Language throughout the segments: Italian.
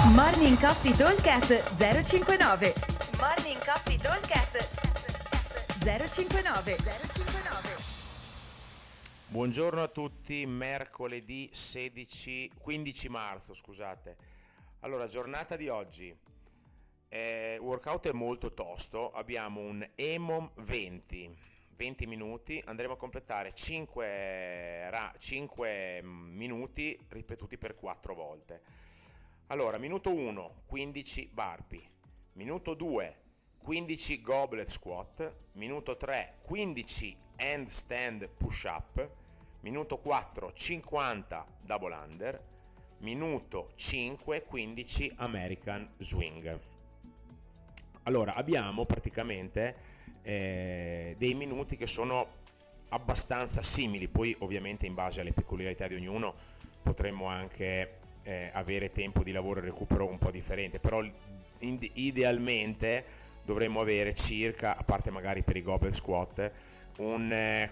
Morning Coffee Talkcast 059. Morning Coffee Talkcast 059. Buongiorno a tutti, mercoledì 15 marzo, scusate. Allora, giornata di oggi. Workout è molto tosto, abbiamo un EMOM 20 minuti, andremo a completare 5 minuti ripetuti per 4 volte. Allora, minuto 1, 15 burpee, minuto 2, 15 goblet squat, minuto 3, 15 handstand push up, minuto 4, 50 double under, minuto 5, 15 American swing. Allora, abbiamo praticamente dei minuti che sono abbastanza simili, poi ovviamente in base alle peculiarità di ognuno potremmo anche avere tempo di lavoro e recupero un po' differente, però idealmente dovremmo avere circa, a parte magari per i goblet squat, un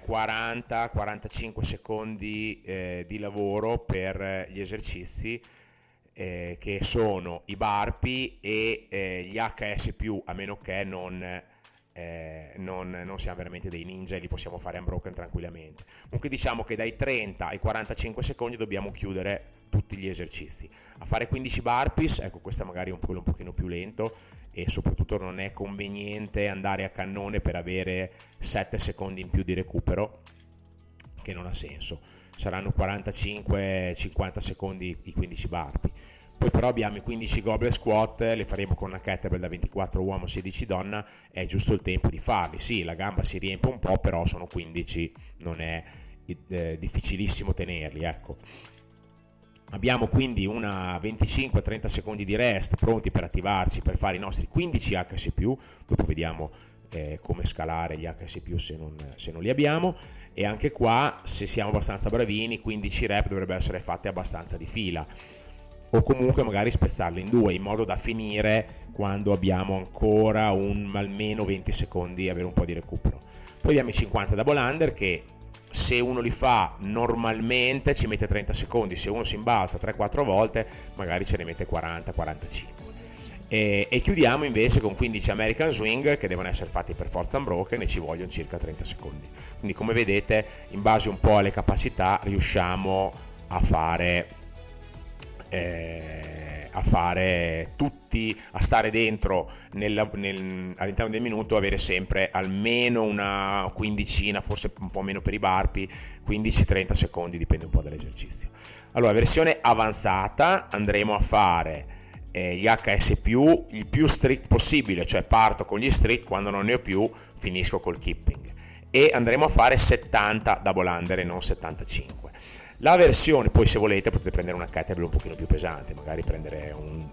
40-45 secondi di lavoro per gli esercizi che sono i burpee e gli HS+, a meno che non siamo veramente dei ninja e li possiamo fare unbroken tranquillamente. Comunque diciamo che dai 30 ai 45 secondi dobbiamo chiudere tutti gli esercizi. A fare 15 burpees, ecco, questo magari è quello un pochino più lento e soprattutto non è conveniente andare a cannone per avere 7 secondi in più di recupero, che non ha senso. Saranno 45-50 secondi i 15 burpee. Poi però abbiamo i 15 goblet squat, le faremo con una kettlebell da 24 uomo 16 donna, è giusto il tempo di farli. Sì, la gamba si riempie un po', però sono 15, non è difficilissimo tenerli, ecco. Abbiamo quindi una 25-30 secondi di rest pronti per attivarci per fare i nostri 15 HS+, dopo vediamo come scalare gli HS+, se non li abbiamo, e anche qua, se siamo abbastanza bravini, 15 rep dovrebbero essere fatte abbastanza di fila, o comunque magari spezzarle in due in modo da finire quando abbiamo ancora almeno 20 secondi e avere un po' di recupero. Poi abbiamo i 50 double under che, se uno li fa normalmente, ci mette 30 secondi, se uno si imbalza 3-4 volte magari ce ne mette 40-45. E chiudiamo invece con 15 American swing che devono essere fatti per forza unbroken e ci vogliono circa 30 secondi. Quindi, come vedete, in base un po' alle capacità riusciamo a fare tutti, a stare dentro all'interno del minuto, avere sempre almeno una quindicina, forse un po' meno per i burpee, 15-30 secondi, dipende un po' dall'esercizio. Allora, versione avanzata, andremo a fare gli HS+, il più strict possibile, cioè parto con gli strict, quando non ne ho più finisco col keeping, e andremo a fare 70 double under e non 75. La versione, poi se volete potete prendere una kettlebell un pochino più pesante, magari prendere un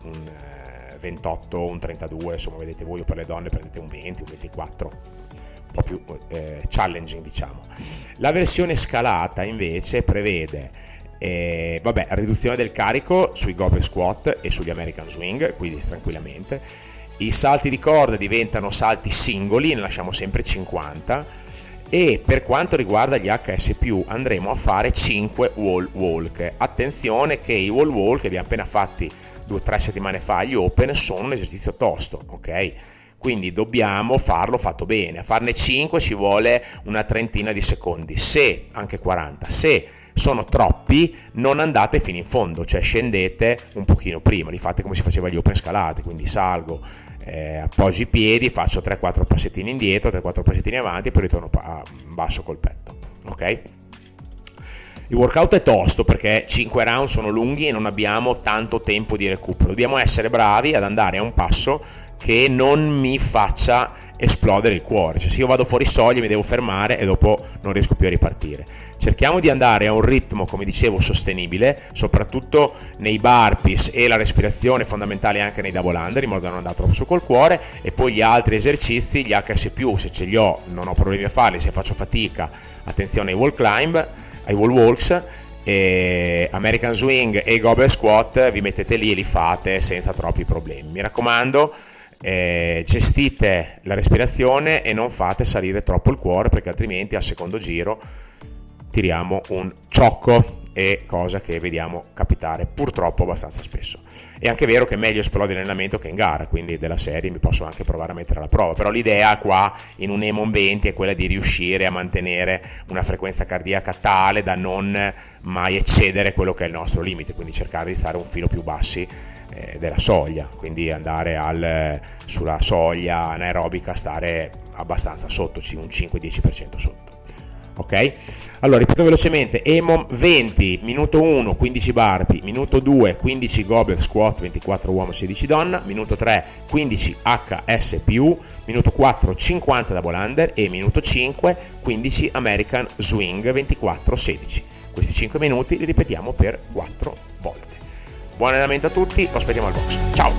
28, un 32, insomma vedete voi, o per le donne prendete un 20, un 24, un po' più challenging, diciamo. La versione scalata invece prevede riduzione del carico sui goblet squat e sugli American swing, quindi tranquillamente. I salti di corda diventano salti singoli, ne lasciamo sempre 50. E per quanto riguarda gli HS+, andremo a fare 5 wall walk. Attenzione che i wall walk che abbiamo appena fatti 2-3 settimane fa agli Open sono un esercizio tosto, ok? Quindi dobbiamo farlo fatto bene. A farne 5 ci vuole una trentina di secondi, se anche 40. Se sono troppi, non andate fino in fondo, cioè scendete un pochino prima, li fate come si faceva agli Open scalati, quindi salgo, appoggio i piedi, faccio 3-4 passettini indietro, 3-4 passettini avanti e poi ritorno basso col petto, ok? Il workout è tosto perché 5 round sono lunghi e non abbiamo tanto tempo di recupero, dobbiamo essere bravi ad andare a un passo che non mi faccia esplodere il cuore, cioè se io vado fuori soglia mi devo fermare e dopo non riesco più a ripartire. Cerchiamo di andare a un ritmo, come dicevo, sostenibile, soprattutto nei burpees, e la respirazione è fondamentale anche nei double under, in modo da non andare troppo su col cuore. E poi gli altri esercizi, gli HS+, se ce li ho non ho problemi a farli, se faccio fatica attenzione ai wall climb, ai wall walks, e American swing e goblet squat vi mettete lì e li fate senza troppi problemi. Mi raccomando, gestite la respirazione e non fate salire troppo il cuore, perché altrimenti al secondo giro tiriamo un ciocco e cosa che vediamo capitare purtroppo abbastanza spesso. È anche vero che è meglio esplodere in allenamento che in gara, quindi della serie mi posso anche provare a mettere alla prova, però l'idea qua in un EMON 20 è quella di riuscire a mantenere una frequenza cardiaca tale da non mai eccedere quello che è il nostro limite, quindi cercare di stare un filo più bassi della soglia, quindi andare sulla soglia anaerobica, stare abbastanza sotto, un 5-10% sotto. Ok? Allora ripeto velocemente: EMOM 20, minuto 1 15 burpee, minuto 2 15 goblet squat 24 uomo 16 donna, minuto 3 15 HSPU, minuto 4 50 double under e minuto 5 15 American swing 24-16. Questi 5 minuti li ripetiamo per 4 volte. Buon allenamento a tutti, lo aspettiamo al box. Ciao!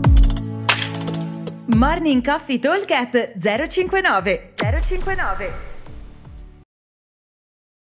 Morning Coffee Talk 059